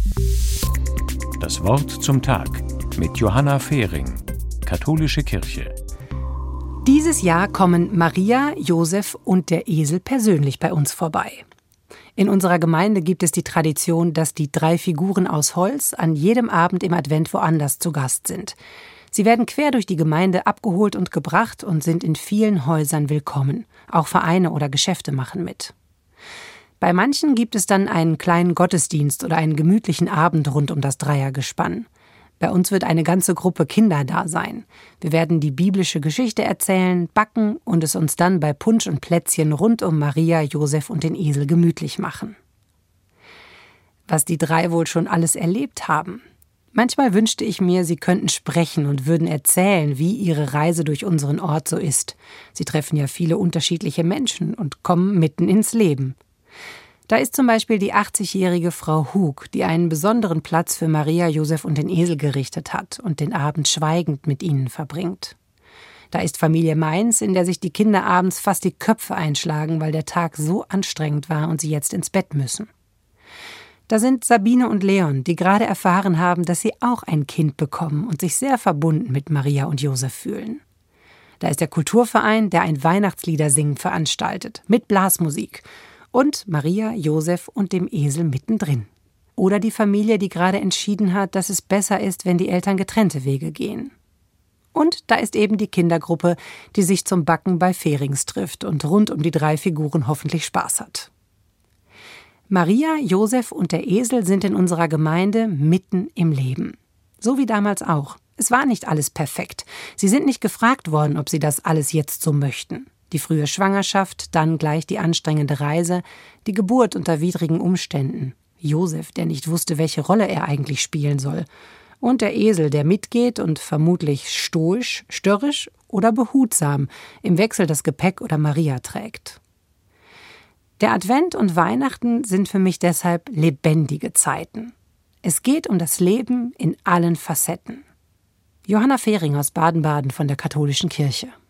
Das Wort zum Tag mit Johanna Fehring, Katholische Kirche. Dieses Jahr kommen Maria, Josef und der Esel persönlich bei uns vorbei. In unserer Gemeinde gibt es die Tradition, dass die 3 Figuren aus Holz an jedem Abend im Advent woanders zu Gast sind. Sie werden quer durch die Gemeinde abgeholt und gebracht und sind in vielen Häusern willkommen. Auch Vereine oder Geschäfte machen mit. Bei manchen gibt es dann einen kleinen Gottesdienst oder einen gemütlichen Abend rund um das Dreiergespann. Bei uns wird eine ganze Gruppe Kinder da sein. Wir werden die biblische Geschichte erzählen, backen und es uns dann bei Punsch und Plätzchen rund um Maria, Josef und den Esel gemütlich machen. Was die 3 wohl schon alles erlebt haben. Manchmal wünschte ich mir, sie könnten sprechen und würden erzählen, wie ihre Reise durch unseren Ort so ist. Sie treffen ja viele unterschiedliche Menschen und kommen mitten ins Leben. Da ist zum Beispiel die 80-jährige Frau Hug, die einen besonderen Platz für Maria, Josef und den Esel gerichtet hat und den Abend schweigend mit ihnen verbringt. Da ist Familie Mainz, in der sich die Kinder abends fast die Köpfe einschlagen, weil der Tag so anstrengend war und sie jetzt ins Bett müssen. Da sind Sabine und Leon, die gerade erfahren haben, dass sie auch ein Kind bekommen und sich sehr verbunden mit Maria und Josef fühlen. Da ist der Kulturverein, der ein Weihnachtsliedersingen veranstaltet, mit Blasmusik. Und Maria, Josef und dem Esel mittendrin. Oder die Familie, die gerade entschieden hat, dass es besser ist, wenn die Eltern getrennte Wege gehen. Und da ist eben die Kindergruppe, die sich zum Backen bei Fehrings trifft und rund um die 3 Figuren hoffentlich Spaß hat. Maria, Josef und der Esel sind in unserer Gemeinde mitten im Leben. So wie damals auch. Es war nicht alles perfekt. Sie sind nicht gefragt worden, ob sie das alles jetzt so möchten. Die frühe Schwangerschaft, dann gleich die anstrengende Reise, die Geburt unter widrigen Umständen. Josef, der nicht wusste, welche Rolle er eigentlich spielen soll. Und der Esel, der mitgeht und vermutlich stoisch, störrisch oder behutsam im Wechsel das Gepäck oder Maria trägt. Der Advent und Weihnachten sind für mich deshalb lebendige Zeiten. Es geht um das Leben in allen Facetten. Johanna Fehring aus Baden-Baden von der Katholischen Kirche.